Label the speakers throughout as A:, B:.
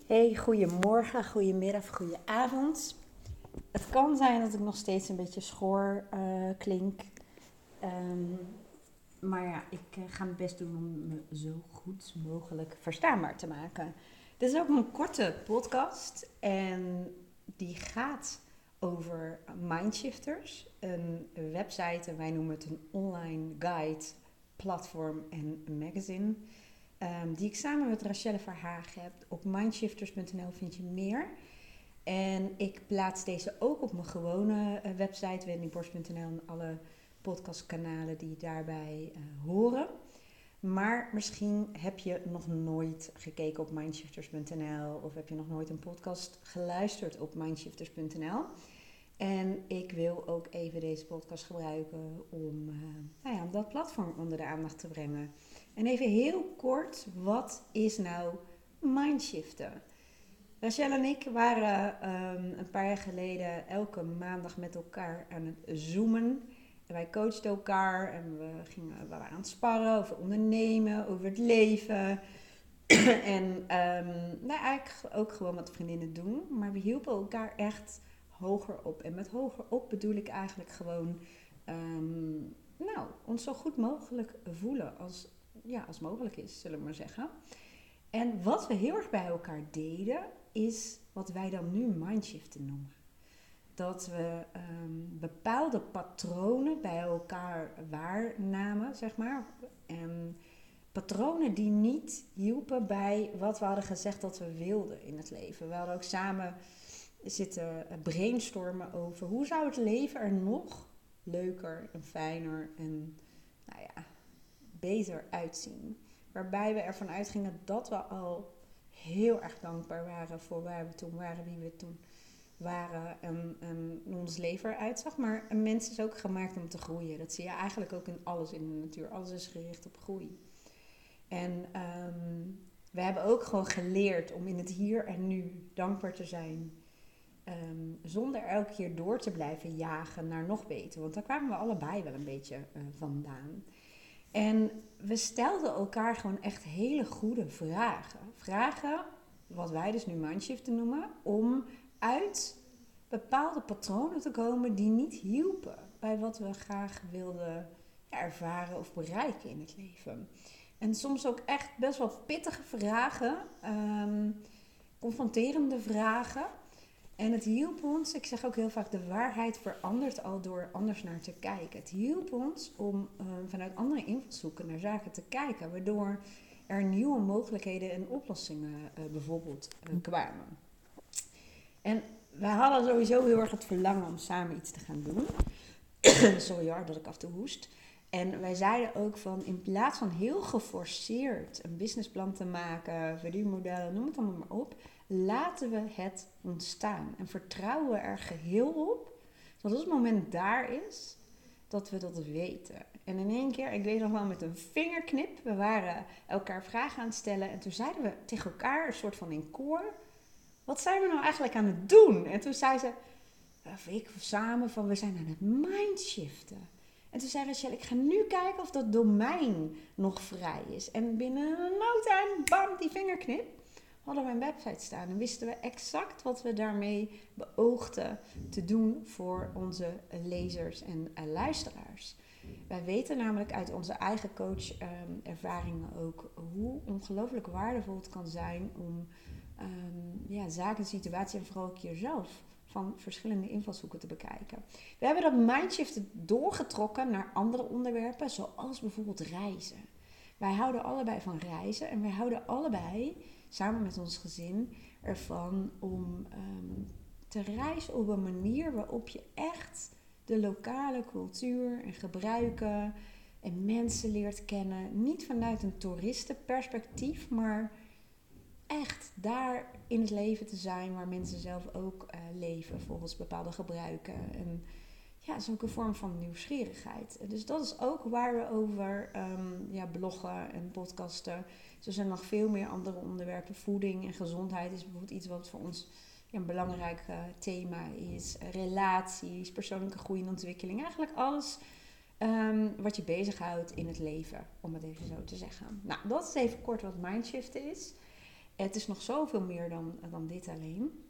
A: Hey, goedemorgen, goedemiddag, goedenavond. Het kan zijn dat ik nog steeds een beetje schor klink. Ehm, maar ja, ik ga mijn best doen om me zo goed mogelijk verstaanbaar te maken. Dit is ook een korte podcast en die gaat over Mindshifters. Een website en wij noemen het een online guide, platform en magazine. Die ik samen met Rachelle Verhaag heb. Op mindshifters.nl vind je meer. En ik plaats deze ook op mijn gewone website, wendyborst.nl en alle podcastkanalen die daarbij horen. Maar misschien heb je nog nooit gekeken op mindshifters.nl of heb je nog nooit een podcast geluisterd op mindshifters.nl. En ik wil ook even deze podcast gebruiken om dat platform onder de aandacht te brengen. En even heel kort, wat is nou mindshiften? Rachel en ik waren een paar jaar geleden elke maandag met elkaar aan het zoomen. En wij coachten elkaar en we waren aan het sparren over ondernemen, over het leven. En eigenlijk ook gewoon wat vriendinnen doen. Maar we hielpen elkaar echt hoger op. En met hoger op bedoel ik eigenlijk gewoon ons zo goed mogelijk voelen als mogelijk is, zullen we maar zeggen. En wat we heel erg bij elkaar deden, is wat wij dan nu mindshiften noemen. Dat we bepaalde patronen bij elkaar waarnamen, zeg maar. En patronen die niet hielpen bij wat we hadden gezegd dat we wilden in het leven. We hadden ook samen zitten brainstormen over hoe zou het leven er nog leuker en fijner en beter uitzien. Waarbij we ervan uitgingen dat we al heel erg dankbaar waren voor waar we toen waren, wie we toen waren en ons leven eruit zag. Maar een mens is ook gemaakt om te groeien. Dat zie je eigenlijk ook in alles in de natuur. Alles is gericht op groei. En we hebben ook gewoon geleerd om in het hier en nu dankbaar te zijn. Zonder elke keer door te blijven jagen naar nog beter. Want daar kwamen we allebei wel een beetje vandaan. En we stelden elkaar gewoon echt hele goede vragen. Vragen, wat wij dus nu mindshiften noemen, om uit bepaalde patronen te komen die niet hielpen bij wat we graag wilden ervaren of bereiken in het leven. En soms ook echt best wel pittige vragen, confronterende vragen. En het hielp ons, ik zeg ook heel vaak, de waarheid verandert al door anders naar te kijken. Het hielp ons om vanuit andere invalshoeken naar zaken te kijken, waardoor er nieuwe mogelijkheden en oplossingen bijvoorbeeld kwamen. En wij hadden sowieso heel erg het verlangen om samen iets te gaan doen. Sorry hoor, dat ik af en toe hoest. En wij zeiden ook van, in plaats van heel geforceerd een businessplan te maken, verdienmodellen, noem het allemaal maar op, laten we het ontstaan. En vertrouwen we er geheel op, dat als het moment daar is, dat we dat weten. En in één keer, ik weet nog wel met een vingerknip, we waren elkaar vragen aan het stellen. En toen zeiden we tegen elkaar, een soort van in koor, wat zijn we nou eigenlijk aan het doen? En toen zei ze, samen van, we zijn aan het mindshiften. En toen zei Rachel, ik ga nu kijken of dat domein nog vrij is. En binnen een no time, bam, die vingerknip, hadden we een website staan. En wisten we exact wat we daarmee beoogden te doen voor onze lezers en luisteraars. Wij weten namelijk uit onze eigen coach-ervaringen ook hoe ongelooflijk waardevol het kan zijn om zaken, situatie en vooral ook jezelf van verschillende invalshoeken te bekijken. We hebben dat mindshift doorgetrokken naar andere onderwerpen, zoals bijvoorbeeld reizen. Wij houden allebei van reizen en wij houden allebei, samen met ons gezin, ervan om te reizen op een manier waarop je echt de lokale cultuur en gebruiken en mensen leert kennen. Niet vanuit een toeristenperspectief, maar echt daar in het leven te zijn waar mensen zelf ook leven volgens bepaalde gebruiken. En ja, het is ook een vorm van nieuwsgierigheid. Dus dat is ook waar we over bloggen en podcasten. Dus er zijn nog veel meer andere onderwerpen. Voeding en gezondheid is bijvoorbeeld iets wat voor ons een belangrijk thema is. Relaties, persoonlijke groei en ontwikkeling. Eigenlijk alles wat je bezighoudt in het leven, om het even zo te zeggen. Nou, dat is even kort wat mindshiften is. Het is nog zoveel meer dan dit alleen.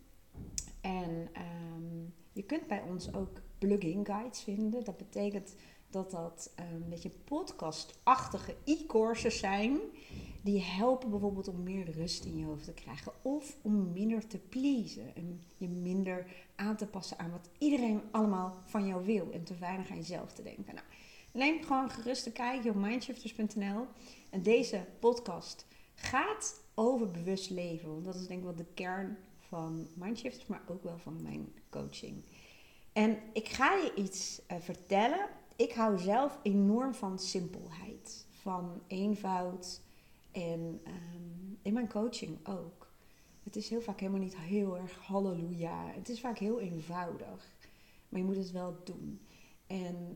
A: En je kunt bij ons ook plugin guides vinden. Dat betekent dat een beetje podcastachtige e-courses zijn. Die helpen bijvoorbeeld om meer rust in je hoofd te krijgen. Of om minder te pleasen. En je minder aan te passen aan wat iedereen allemaal van jou wil. En te weinig aan jezelf te denken. Nou, neem gewoon gerust een kijkje op mindshifters.nl. En deze podcast gaat over bewust leven. Want dat is denk ik wel de kern van Mindshifters, maar ook wel van mijn coaching. En ik ga je iets vertellen. Ik hou zelf enorm van simpelheid. Van eenvoud. En in mijn coaching ook. Het is heel vaak helemaal niet heel erg halleluja. Het is vaak heel eenvoudig. Maar je moet het wel doen. En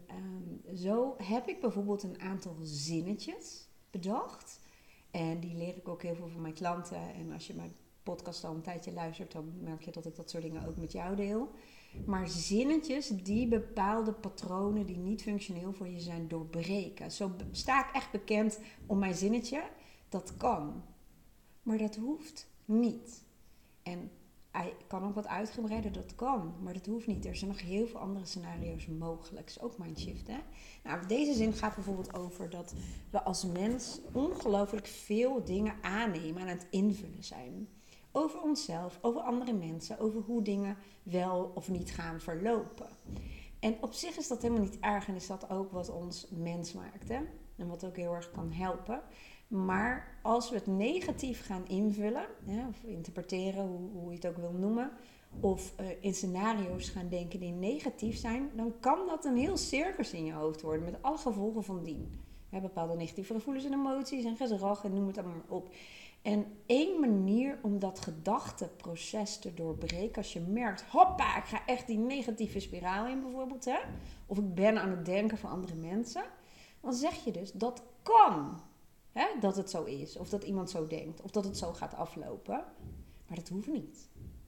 A: zo heb ik bijvoorbeeld een aantal zinnetjes bedacht. En die leer ik ook heel veel van mijn klanten. En als je mijn podcast al een tijdje luistert, dan merk je dat ik dat soort dingen ook met jou deel. Maar zinnetjes die bepaalde patronen die niet functioneel voor je zijn doorbreken. Zo sta ik echt bekend om mijn zinnetje. Dat kan. Maar dat hoeft niet. En hij kan ook wat uitgebreider, dat kan. Maar dat hoeft niet. Er zijn nog heel veel andere scenario's mogelijk. Dat is ook mindshift, hè? Nou, deze zin gaat bijvoorbeeld over dat we als mens ongelooflijk veel dingen aannemen en aan het invullen zijn. Over onszelf, over andere mensen, over hoe dingen wel of niet gaan verlopen. En op zich is dat helemaal niet erg en is dat ook wat ons mens maakt, hè? En wat ook heel erg kan helpen. Maar als we het negatief gaan invullen, of interpreteren, hoe je het ook wil noemen, of in scenario's gaan denken die negatief zijn, dan kan dat een heel circus in je hoofd worden met alle gevolgen van dien. Bepaalde negatieve gevoelens en emoties en gedrag en noem het allemaal maar op. En één manier om dat gedachteproces te doorbreken, als je merkt, hoppa, ik ga echt die negatieve spiraal in bijvoorbeeld, hè? Of ik ben aan het denken van andere mensen, dan zeg je dus, dat kan. Hè, dat het zo is, of dat iemand zo denkt, of dat het zo gaat aflopen. Maar dat hoeft niet.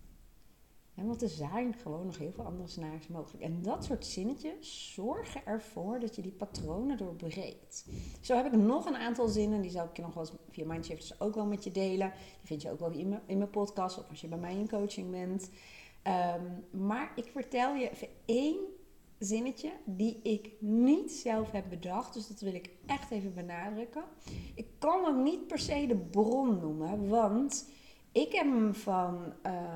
A: Want er zijn gewoon nog heel veel andere scenario's mogelijk. En dat soort zinnetjes zorgen ervoor dat je die patronen doorbreekt. Zo heb ik nog een aantal zinnen, die zal ik je nog wel eens via Mindshifters ook wel met je delen. Die vind je ook wel in mijn podcast, of als je bij mij in coaching bent. Maar ik vertel je even één zinnetje die ik niet zelf heb bedacht. Dus dat wil ik echt even benadrukken. Ik kan ook niet per se de bron noemen, want ik heb hem van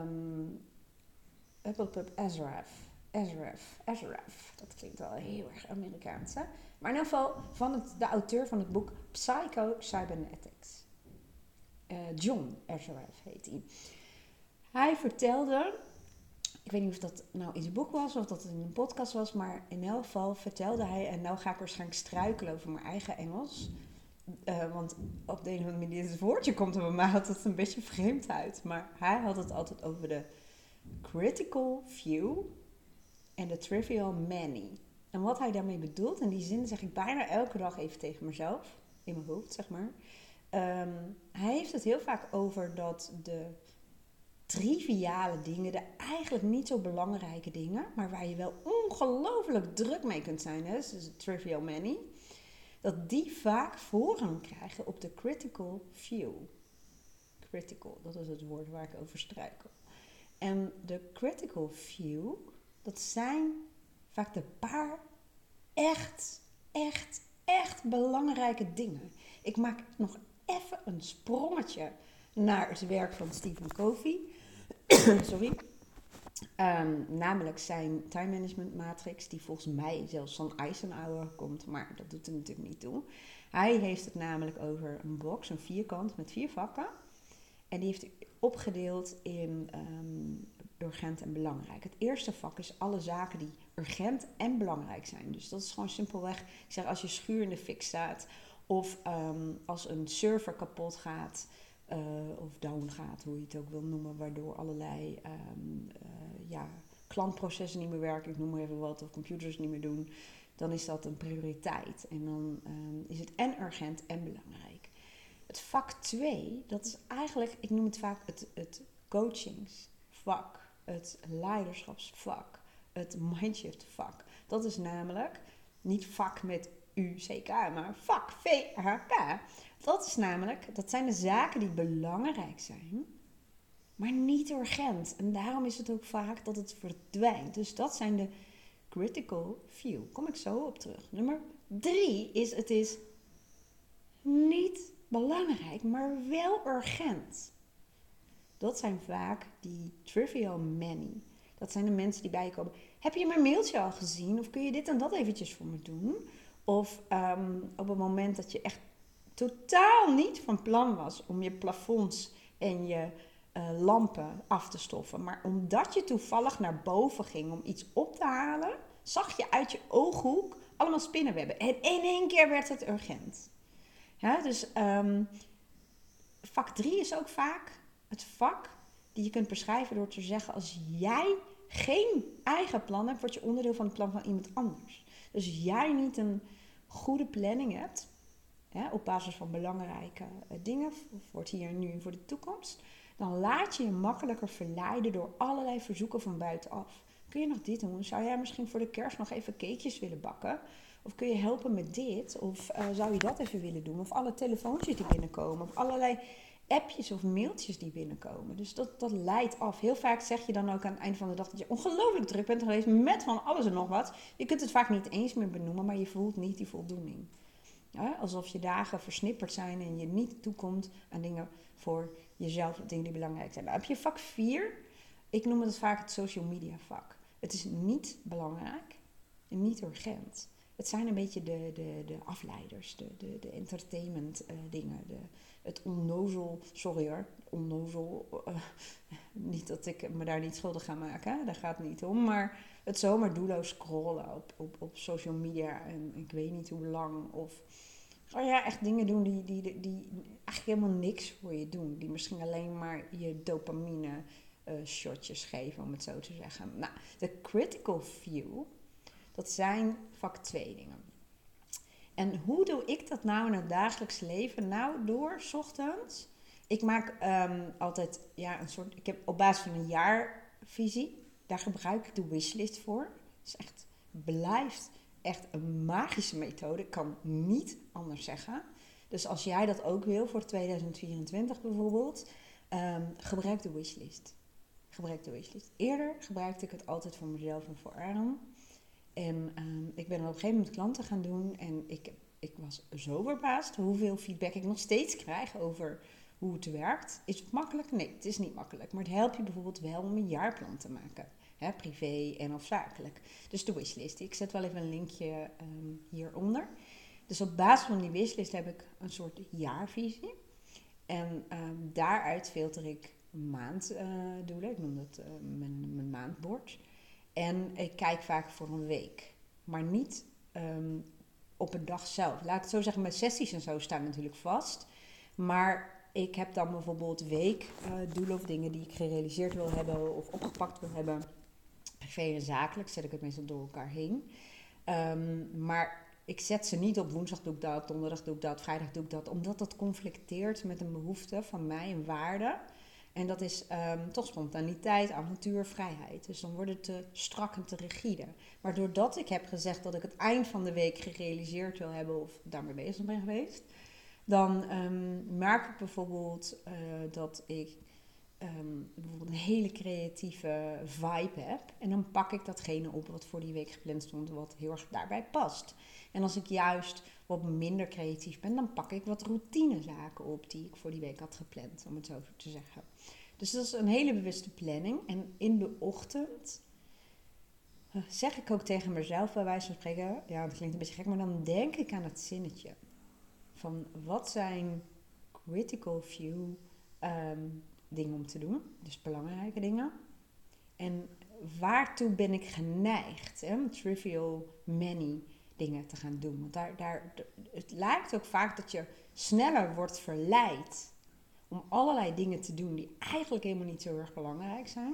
A: Azaraf. Dat klinkt wel heel erg Amerikaans, hè? Maar in ieder geval van de auteur van het boek Psycho-Cybernetics. John Azaraf heet hij. Hij vertelde, ik weet niet of dat nou in zijn boek was of dat het in een podcast was, maar in elk geval vertelde hij, en nou ga ik waarschijnlijk struikelen over mijn eigen Engels, want op de een of andere manier, het woordje komt er bij mij altijd een beetje vreemd uit, maar hij had het altijd over de critical few en de trivial many. En wat hij daarmee bedoelt, en die zin zeg ik bijna elke dag even tegen mezelf, in mijn hoofd zeg maar. Hij heeft het heel vaak over dat de triviale dingen, de eigenlijk niet zo belangrijke dingen, maar waar je wel ongelooflijk druk mee kunt zijn, hè? Dus trivial many, dat die vaak voorrang krijgen op de critical few. Critical, dat is het woord waar ik over struikel. En de critical few, dat zijn vaak de paar echt belangrijke dingen. Ik maak nog even een sprongetje naar het werk van Stephen Covey. Sorry. Namelijk zijn time management matrix, die volgens mij zelfs van Eisenhower komt, maar dat doet er natuurlijk niet toe. Hij heeft het namelijk over een box, een vierkant met 4 vakken. En die heeft hij opgedeeld in urgent en belangrijk. Het eerste vak is alle zaken die urgent en belangrijk zijn. Dus dat is gewoon simpelweg, ik zeg, als je schuur in de fik staat, of als een server kapot gaat, of down gaat, hoe je het ook wil noemen, waardoor allerlei klantprocessen niet meer werken, ik noem maar even wat, of computers niet meer doen, dan is dat een prioriteit. En dan is het en urgent en belangrijk. Het vak 2, dat is eigenlijk, ik noem het vaak het coachingsvak, het leiderschapsvak, het mindshift vak. Dat is namelijk niet vak met F-U-C-K, maar vak, V-A-K. Dat zijn de zaken die belangrijk zijn, maar niet urgent. En daarom is het ook vaak dat het verdwijnt. Dus dat zijn de critical few. Kom ik zo op terug. Nummer 3 is, het is niet belangrijk, maar wel urgent. Dat zijn vaak die trivial many. Dat zijn de mensen die bij je komen. Heb je mijn mailtje al gezien? Of kun je dit en dat eventjes voor me doen? Of op het moment dat je echt totaal niet van plan was om je plafonds en je lampen af te stoffen. Maar omdat je toevallig naar boven ging om iets op te halen, zag je uit je ooghoek allemaal spinnenwebben. En in één keer werd het urgent. Ja, dus vak 3 is ook vaak het vak die je kunt beschrijven door te zeggen: als jij geen eigen plan hebt, word je onderdeel van het plan van iemand anders. Dus als jij niet een goede planning hebt, op basis van belangrijke dingen, voor het hier en nu en voor de toekomst, dan laat je je makkelijker verleiden door allerlei verzoeken van buitenaf. Kun je nog dit doen? Zou jij misschien voor de kerst nog even cakejes willen bakken? Of kun je helpen met dit? Of zou je dat even willen doen? Of alle telefoontjes die binnenkomen? Of allerlei appjes of mailtjes die binnenkomen. Dus dat leidt af. Heel vaak zeg je dan ook aan het eind van de dag dat je ongelooflijk druk bent geweest met van alles en nog wat. Je kunt het vaak niet eens meer benoemen, maar je voelt niet die voldoening. Ja, alsof je dagen versnipperd zijn en je niet toekomt aan dingen voor jezelf, dingen die belangrijk zijn. Dan heb je vak 4. Ik noem het vaak het social media vak. Het is niet belangrijk en niet urgent. Het zijn een beetje de afleiders, de entertainment dingen. Het onnozel, sorry hoor, onnozel. Niet dat ik me daar niet schuldig ga maken, daar gaat het niet om. Maar het zomaar doelloos scrollen op social media en ik weet niet hoe lang. Of echt dingen doen die eigenlijk helemaal niks voor je doen. Die misschien alleen maar je dopamine shotjes geven, om het zo te zeggen. Nou, de critical few, dat zijn vak 2 dingen. En hoe doe ik dat nou in het dagelijks leven? Nou, door 's ochtends. Ik maak altijd een soort. Ik heb op basis van een jaarvisie. Daar gebruik ik de wishlist voor. Het is echt, blijft echt een magische methode. Ik kan niet anders zeggen. Dus als jij dat ook wil voor 2024 bijvoorbeeld, gebruik de wishlist. Eerder gebruikte ik het altijd voor mezelf en voor Aaron. En ik ben op een gegeven moment klanten gaan doen. En ik was zo verbaasd hoeveel feedback ik nog steeds krijg over hoe het werkt. Is het makkelijk? Nee, het is niet makkelijk. Maar het helpt je bijvoorbeeld wel om een jaarplan te maken. Hè, privé en of zakelijk. Dus de wishlist. Ik zet wel even een linkje hieronder. Dus op basis van die wishlist heb ik een soort jaarvisie. En daaruit filter ik maanddoelen. Ik noem dat mijn maandbord. En ik kijk vaak voor een week. Maar niet op een dag zelf. Laat ik het zo zeggen, mijn sessies en zo staan natuurlijk vast. Maar ik heb dan bijvoorbeeld weekdoelen of dingen die ik gerealiseerd wil hebben of opgepakt wil hebben. Privé en zakelijk zet ik het meestal door elkaar heen. Maar ik zet ze niet op woensdag doe ik dat, donderdag doe ik dat, vrijdag doe ik dat. Omdat dat conflicteert met een behoefte van mij, een waarde. En dat is toch spontaniteit, avontuur, vrijheid. Dus dan wordt het te strak en te rigide. Maar doordat ik heb gezegd dat ik het eind van de week gerealiseerd wil hebben of daarmee bezig ben geweest, dan merk ik bijvoorbeeld dat ik bijvoorbeeld een hele creatieve vibe heb. En dan pak ik datgene op wat voor die week gepland stond, wat heel erg daarbij past. En als ik juist wat minder creatief ben, dan pak ik wat routinezaken op die ik voor die week had gepland, om het zo te zeggen. Dus dat is een hele bewuste planning. En in de ochtend zeg ik ook tegen mezelf bij wijze van spreken, ja, dat klinkt een beetje gek, maar dan denk ik aan het zinnetje van wat zijn critical few dingen om te doen, dus belangrijke dingen. En waartoe ben ik geneigd, trivial many dingen te gaan doen. Want het lijkt ook vaak dat je sneller wordt verleid om allerlei dingen te doen die eigenlijk helemaal niet zo erg belangrijk zijn.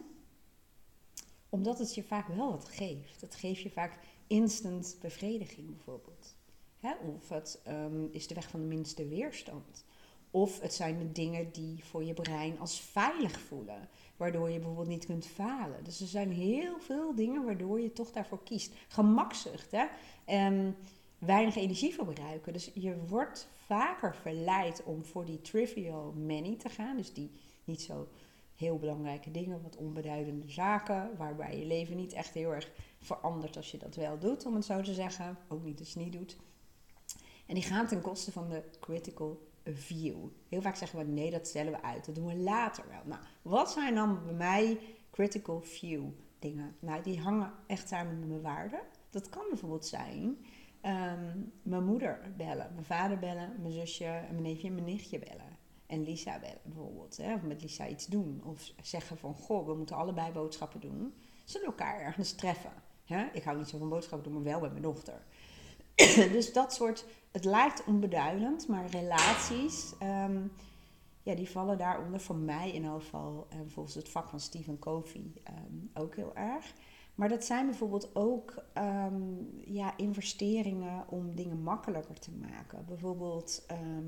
A: Omdat het je vaak wel wat geeft. Het geeft je vaak instant bevrediging bijvoorbeeld. Of het is de weg van de minste weerstand. Of het zijn de dingen die voor je brein als veilig voelen. Waardoor je bijvoorbeeld niet kunt falen. Dus er zijn heel veel dingen waardoor je toch daarvoor kiest. Gemakzucht, hè. weinig energie verbruiken. Dus je wordt vaker verleid om voor die trivial many te gaan. Dus die niet zo heel belangrijke dingen, wat onbeduidende zaken, waarbij je leven niet echt heel erg verandert als je dat wel doet, om het zo te zeggen. Ook niet als je het niet doet. En die gaan ten koste van de critical view. Heel vaak zeggen we, nee, dat stellen we uit. Dat doen we later wel. Nou, wat zijn dan bij mij critical view dingen? Nou, die hangen echt samen met mijn waarden. Dat kan bijvoorbeeld zijn mijn moeder bellen, mijn vader bellen, mijn zusje, en mijn neefje en mijn nichtje bellen. En Lisa bellen bijvoorbeeld. Hè? Of met Lisa iets doen. Of zeggen van, goh, we moeten allebei boodschappen doen. Zullen we elkaar ergens treffen? Hè? Ik hou niet zo van boodschappen doen, maar wel met mijn dochter. Dus dat soort, het lijkt onbeduidend, maar relaties, die vallen daaronder voor mij in ieder geval. En volgens het vak van Stephen Covey ook heel erg. Maar dat zijn bijvoorbeeld ook investeringen om dingen makkelijker te maken. Bijvoorbeeld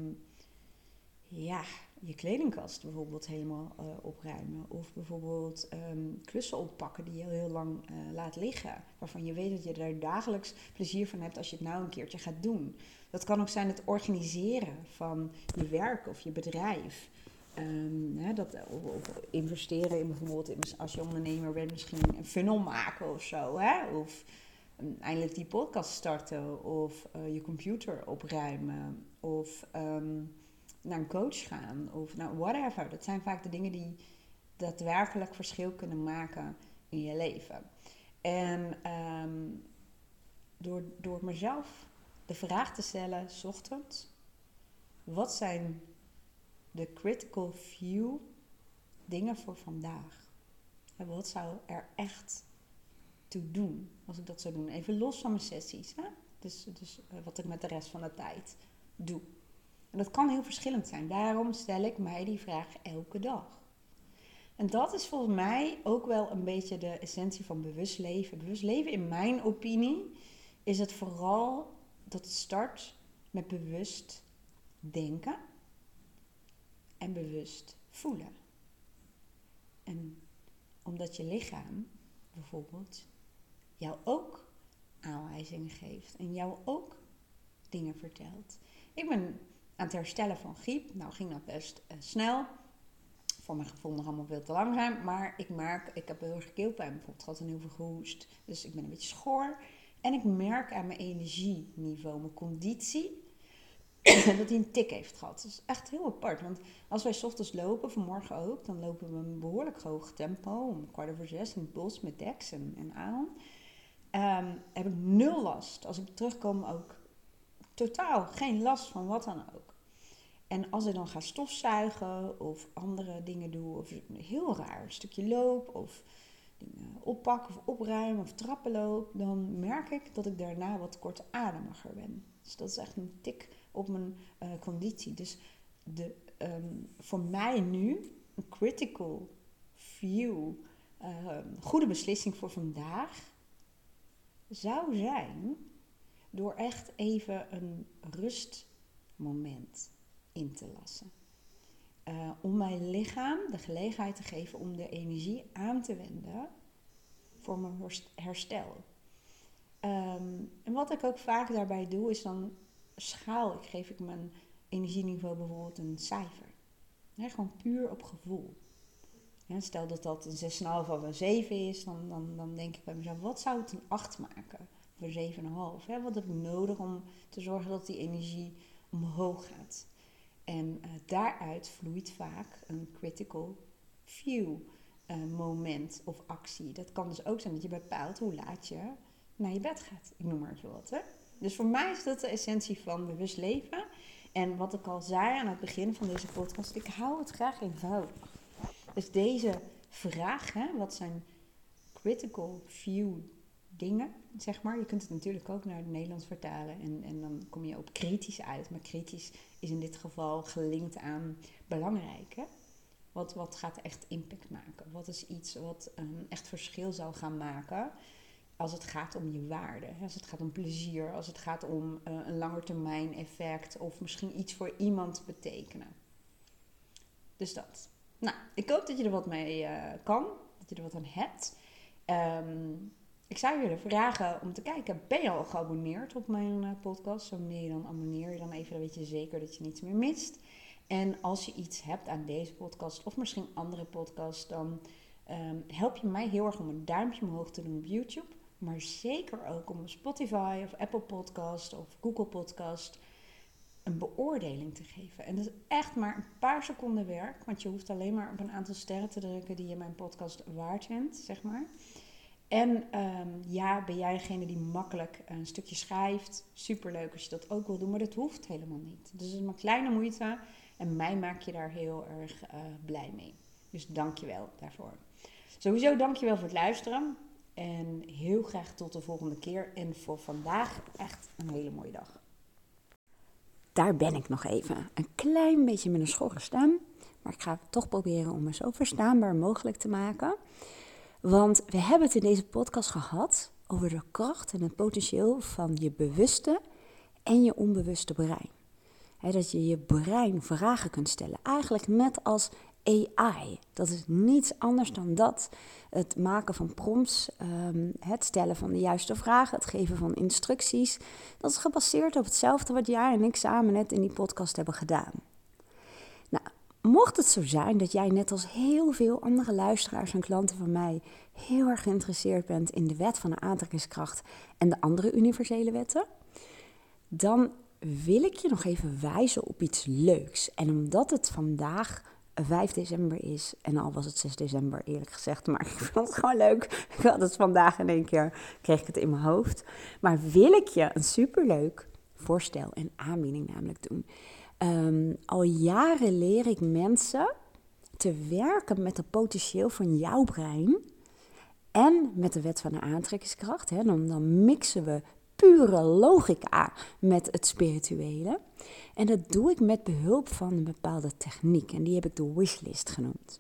A: je kledingkast bijvoorbeeld helemaal opruimen. Of bijvoorbeeld klussen oppakken die je heel lang laat liggen. Waarvan je weet dat je er dagelijks plezier van hebt als je het nou een keertje gaat doen. Dat kan ook zijn het organiseren van je werk of je bedrijf. Of investeren in bijvoorbeeld, als je ondernemer bent, misschien een funnel maken of zo. Hè? Of eindelijk die podcast starten. Of je computer opruimen. Of naar een coach gaan. Of whatever. Dat zijn vaak de dingen die daadwerkelijk verschil kunnen maken in je leven. En door mezelf de vraag te stellen, 's ochtends, wat zijn de critical few dingen voor vandaag? En wat zou er echt toe doen als ik dat zou doen? Even los van mijn sessies. Hè? Dus wat ik met de rest van de tijd doe. En dat kan heel verschillend zijn. Daarom stel ik mij die vraag elke dag. En dat is volgens mij ook wel een beetje de essentie van bewust leven. Bewust leven, in mijn opinie, is het vooral dat het start met bewust denken en bewust voelen. En omdat je lichaam bijvoorbeeld jou ook aanwijzingen geeft en jou ook dingen vertelt. Ik ben aan het herstellen van griep. Nou ging dat best snel. Voor mijn gevoel nog allemaal veel te langzaam. Maar ik merk, ik heb heel erg keelpijn bijvoorbeeld gehad en heel veel gehoest. Dus ik ben een beetje schor. En ik merk aan mijn energieniveau, mijn conditie, dat hij een tik heeft gehad. Dat is echt heel apart. Want als wij 's ochtends lopen, vanmorgen ook, dan lopen we een behoorlijk hoog tempo. Om 5:15 in het bos met Dex en Aaron. Heb ik nul last. Als ik terugkom ook totaal geen last van wat dan ook. En als ik dan ga stofzuigen of andere dingen doe, of heel raar, een stukje loop of dingen oppak of opruim of trappen loop, dan merk ik dat ik daarna wat kortademiger ben. Dus dat is echt een tik op mijn conditie. Dus voor mij nu een critical view, goede beslissing voor vandaag zou zijn door echt even een rustmoment in te lassen. Om mijn lichaam de gelegenheid te geven om de energie aan te wenden voor mijn herstel. En wat ik ook vaak daarbij doe, is dan geef ik mijn energieniveau bijvoorbeeld een cijfer. Nee, gewoon puur op gevoel. Ja, stel dat dat een 6,5 of een 7 is, dan denk ik bij mezelf, wat zou het een 8 maken? Of een 7,5. Wat heb ik nodig om te zorgen dat die energie omhoog gaat? En daaruit vloeit vaak een critical view moment of actie. Dat kan dus ook zijn dat je bepaalt hoe laat je naar je bed gaat. Ik noem maar even wat. Hè? Dus voor mij is dat de essentie van bewust leven. En wat ik al zei aan het begin van deze podcast, ik hou het graag eenvoudig. Dus deze vraag, wat zijn critical view dingen, zeg maar. Je kunt het natuurlijk ook naar het Nederlands vertalen en dan kom je op kritisch uit. Maar kritisch is in dit geval gelinkt aan belangrijk. Hè? Wat gaat echt impact maken? Wat is iets wat echt verschil zal gaan maken als het gaat om je waarde? Als het gaat om plezier, als het gaat om een langetermijn effect of misschien iets voor iemand betekenen. Dus dat. Nou, ik hoop dat je er wat mee kan, dat je er wat aan hebt. Ik zou je willen vragen om te kijken, ben je al geabonneerd op mijn podcast? Zo wanneer je dan abonneer je dan even, dan weet je zeker dat je niets meer mist. En als je iets hebt aan deze podcast of misschien andere podcasts, dan help je mij heel erg om een duimpje omhoog te doen op YouTube. Maar zeker ook om op Spotify of Apple Podcast of Google Podcast een beoordeling te geven. En dat is echt maar een paar seconden werk, want je hoeft alleen maar op een aantal sterren te drukken die je mijn podcast waard vindt, zeg maar. En ben jij degene die makkelijk een stukje schrijft? Superleuk als je dat ook wil doen, maar dat hoeft helemaal niet. Dus het is maar kleine moeite en mij maak je daar heel erg blij mee. Dus dank je wel daarvoor. Sowieso dank je wel voor het luisteren. En heel graag tot de volgende keer. En voor vandaag echt een hele mooie dag. Daar ben ik nog even. Een klein beetje met een schorre stem. Maar ik ga toch proberen om me zo verstaanbaar mogelijk te maken. Want we hebben het in deze podcast gehad over de kracht en het potentieel van je bewuste en je onbewuste brein. Dat je je brein vragen kunt stellen. Eigenlijk net als AI. Dat is niets anders dan dat. Het maken van prompts, het stellen van de juiste vragen, het geven van instructies. Dat is gebaseerd op hetzelfde wat jij en ik samen net in die podcast hebben gedaan. Nou, mocht het zo zijn dat jij net als heel veel andere luisteraars en klanten van mij heel erg geïnteresseerd bent in de wet van de aantrekkingskracht en de andere universele wetten, dan wil ik je nog even wijzen op iets leuks. En omdat het vandaag 5 december is, en al was het 6 december eerlijk gezegd, maar ik vond het gewoon leuk. Ik had het vandaag in één keer, kreeg ik het in mijn hoofd. Maar wil ik je een superleuk voorstel en aanbieding namelijk doen. Al jaren leer ik mensen te werken met het potentieel van jouw brein en met de wet van de aantrekkingskracht. Dan mixen we pure logica met het spirituele. En dat doe ik met behulp van een bepaalde techniek. En die heb ik de wishlist genoemd.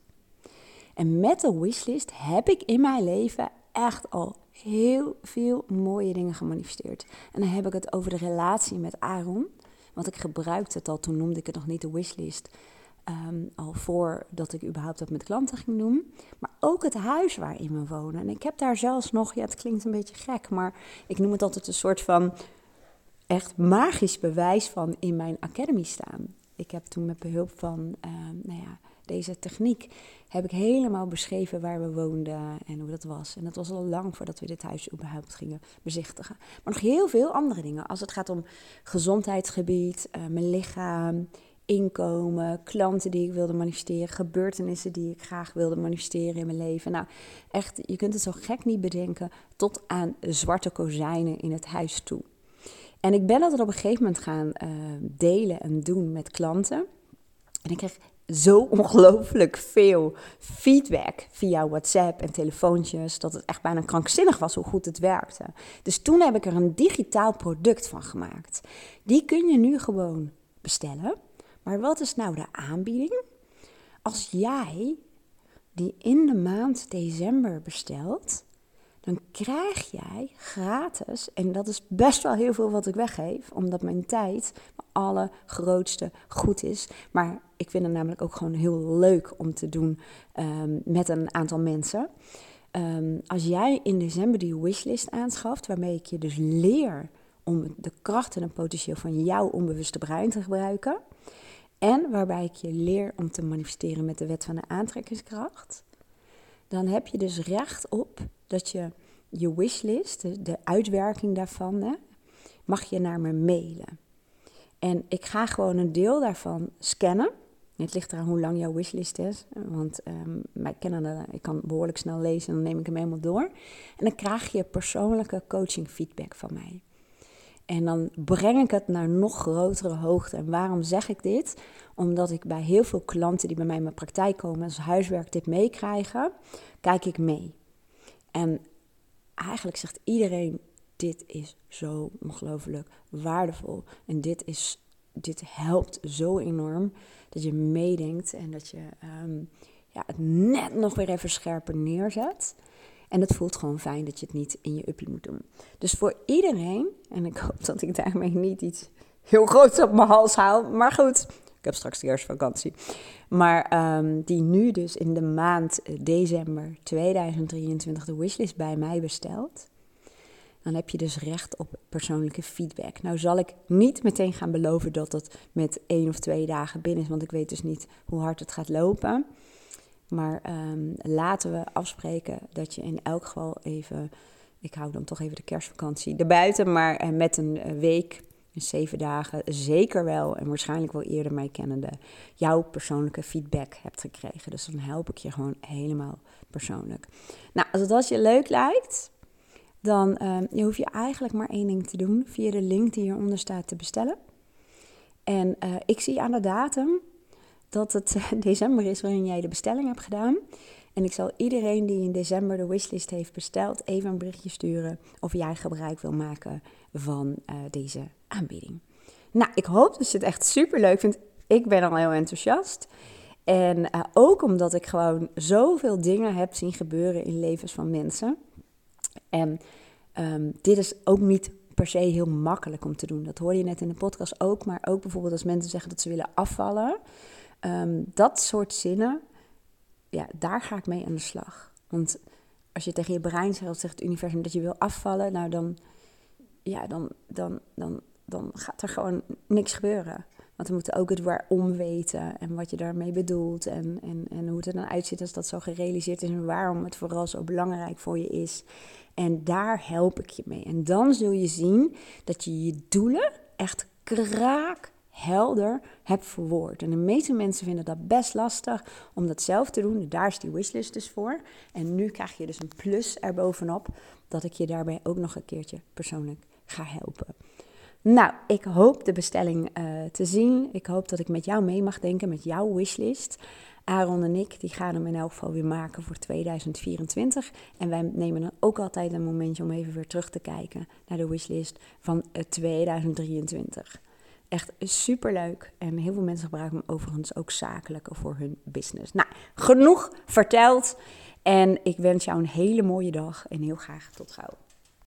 A: En met de wishlist heb ik in mijn leven echt al heel veel mooie dingen gemanifesteerd. En dan heb ik het over de relatie met Aaron. Want ik gebruikte het al, toen noemde ik het nog niet de wishlist. Al voordat ik überhaupt dat met klanten ging doen. Maar ook het huis waarin we wonen. En ik heb daar zelfs nog, het klinkt een beetje gek, maar ik noem het altijd een soort van echt magisch bewijs van in mijn academy staan. Ik heb toen met behulp van deze techniek heb ik helemaal beschreven waar we woonden en hoe dat was. En dat was al lang voordat we dit huis überhaupt gingen bezichtigen. Maar nog heel veel andere dingen. Als het gaat om gezondheidsgebied, mijn lichaam, inkomen, klanten die ik wilde manifesteren, gebeurtenissen die ik graag wilde manifesteren in mijn leven. Nou, echt, je kunt het zo gek niet bedenken, tot aan zwarte kozijnen in het huis toe. En ik ben dat op een gegeven moment gaan delen en doen met klanten. En ik kreeg zo ongelooflijk veel feedback via WhatsApp en telefoontjes, dat het echt bijna krankzinnig was hoe goed het werkte. Dus toen heb ik er een digitaal product van gemaakt. Die kun je nu gewoon bestellen. Maar wat is nou de aanbieding? Als jij die in de maand december bestelt, dan krijg jij gratis, en dat is best wel heel veel wat ik weggeef, omdat mijn tijd mijn allergrootste goed is. Maar ik vind het namelijk ook gewoon heel leuk om te doen met een aantal mensen. Als jij in december die wishlist aanschaft, waarmee ik je dus leer om de kracht en het potentieel van jouw onbewuste brein te gebruiken, en waarbij ik je leer om te manifesteren met de wet van de aantrekkingskracht, dan heb je dus recht op dat je wishlist, de uitwerking daarvan, mag je naar me mailen. En ik ga gewoon een deel daarvan scannen. Het ligt eraan hoe lang jouw wishlist is. Want ik kan behoorlijk snel lezen en dan neem ik hem helemaal door. En dan krijg je persoonlijke coaching feedback van mij. En dan breng ik het naar nog grotere hoogte. En waarom zeg ik dit? Omdat ik bij heel veel klanten die bij mij in mijn praktijk komen als huiswerktip meekrijgen, kijk ik mee. En eigenlijk zegt iedereen, dit is zo ongelooflijk waardevol. En dit helpt zo enorm dat je meedenkt en dat je het net nog weer even scherper neerzet. En het voelt gewoon fijn dat je het niet in je uppie moet doen. Dus voor iedereen, en ik hoop dat ik daarmee niet iets heel groots op mijn hals haal. Maar goed, ik heb straks de eerste vakantie. Maar die nu dus in de maand december 2023 de wishlist bij mij bestelt.
B: dan heb je dus recht op persoonlijke feedback. Nou zal ik niet meteen gaan beloven dat het met 1 of 2 dagen binnen is, want ik weet dus niet hoe hard het gaat lopen. Maar laten we afspreken dat je in elk geval even, ik hou dan toch even de kerstvakantie erbuiten, maar met een week, 7 dagen, zeker wel en waarschijnlijk wel eerder mij kennende, jouw persoonlijke feedback hebt gekregen. Dus dan help ik je gewoon helemaal persoonlijk. Nou, als het je leuk lijkt, dan hoef je eigenlijk maar 1 ding te doen, via de link die hieronder staat te bestellen. En ik zie aan de datum dat het december is waarin jij de bestelling hebt gedaan. En ik zal iedereen die in december de wishlist heeft besteld even een berichtje sturen of jij gebruik wil maken van deze aanbieding. Nou, ik hoop dat je het echt super leuk vindt. Ik ben al heel enthousiast. En ook omdat ik gewoon zoveel dingen heb zien gebeuren in levens van mensen. En dit is ook niet per se heel makkelijk om te doen. Dat hoorde je net in de podcast ook. Maar ook bijvoorbeeld als mensen zeggen dat ze willen afvallen. Dat soort zinnen, ja, daar ga ik mee aan de slag. Want als je tegen je brein zegt het universum dat je wil afvallen, nou dan gaat er gewoon niks gebeuren. Want we moeten ook het waarom weten en wat je daarmee bedoelt en hoe het er dan uitziet als dat zo gerealiseerd is en waarom het vooral zo belangrijk voor je is. En daar help ik je mee. En dan zul je zien dat je je doelen echt kraakhelder hebt verwoord. En de meeste mensen vinden dat best lastig om dat zelf te doen. Daar is die wishlist dus voor. En nu krijg je dus een plus erbovenop dat ik je daarbij ook nog een keertje persoonlijk ga helpen. Nou, ik hoop de bestelling te zien. Ik hoop dat ik met jou mee mag denken, met jouw wishlist. Aaron en ik, die gaan hem in elk geval weer maken voor 2024. En wij nemen dan ook altijd een momentje om even weer terug te kijken naar de wishlist van 2023. Echt superleuk. En heel veel mensen gebruiken hem overigens ook zakelijk voor hun business. Nou, genoeg verteld. En ik wens jou een hele mooie dag en heel graag tot gauw.